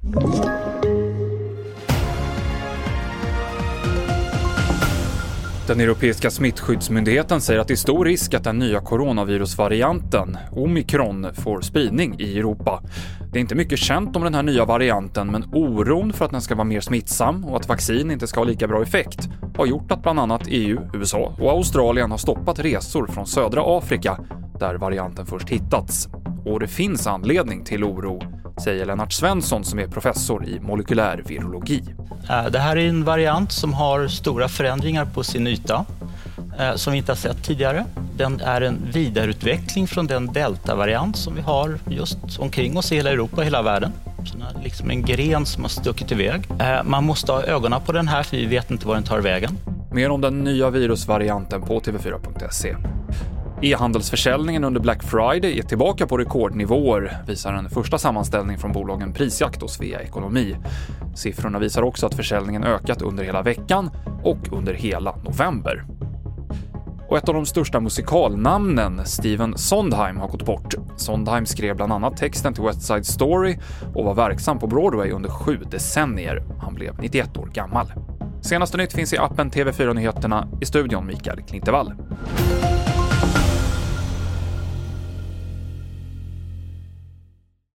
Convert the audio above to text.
Den europeiska smittskyddsmyndigheten säger att det är stor risk att den nya coronavirusvarianten, Omicron, får spridning i Europa. Det är inte mycket känt om den här nya varianten, men oron för att den ska vara mer smittsam och att vaccin inte ska ha lika bra effekt har gjort att bland annat EU, USA och Australien har stoppat resor från södra Afrika där varianten först hittats. Och det finns anledning till oro, säger Lennart Svensson som är professor i molekylär virologi. Det här är en variant som har stora förändringar på sin yta som vi inte har sett tidigare. Den är en vidareutveckling från den delta-variant som vi har just omkring oss i hela Europa och hela världen. Så den är liksom en gren som har stuckit iväg. Man måste ha ögonen på den här för vi vet inte var den tar vägen. Mer om den nya virusvarianten på tv4.se. E-handelsförsäljningen under Black Friday är tillbaka på rekordnivåer, visar en första sammanställning från bolagen Prisjakt och Svea Ekonomi. Siffrorna visar också att försäljningen ökat under hela veckan och under hela november. Och ett av de största musikalnamnen, Stephen Sondheim, har gått bort. Sondheim skrev bland annat texten till West Side Story och var verksam på Broadway under 7 decennier. Han blev 91 år gammal. Senaste nytt finns i appen TV4 Nyheterna, i studion Mikael Klintevall.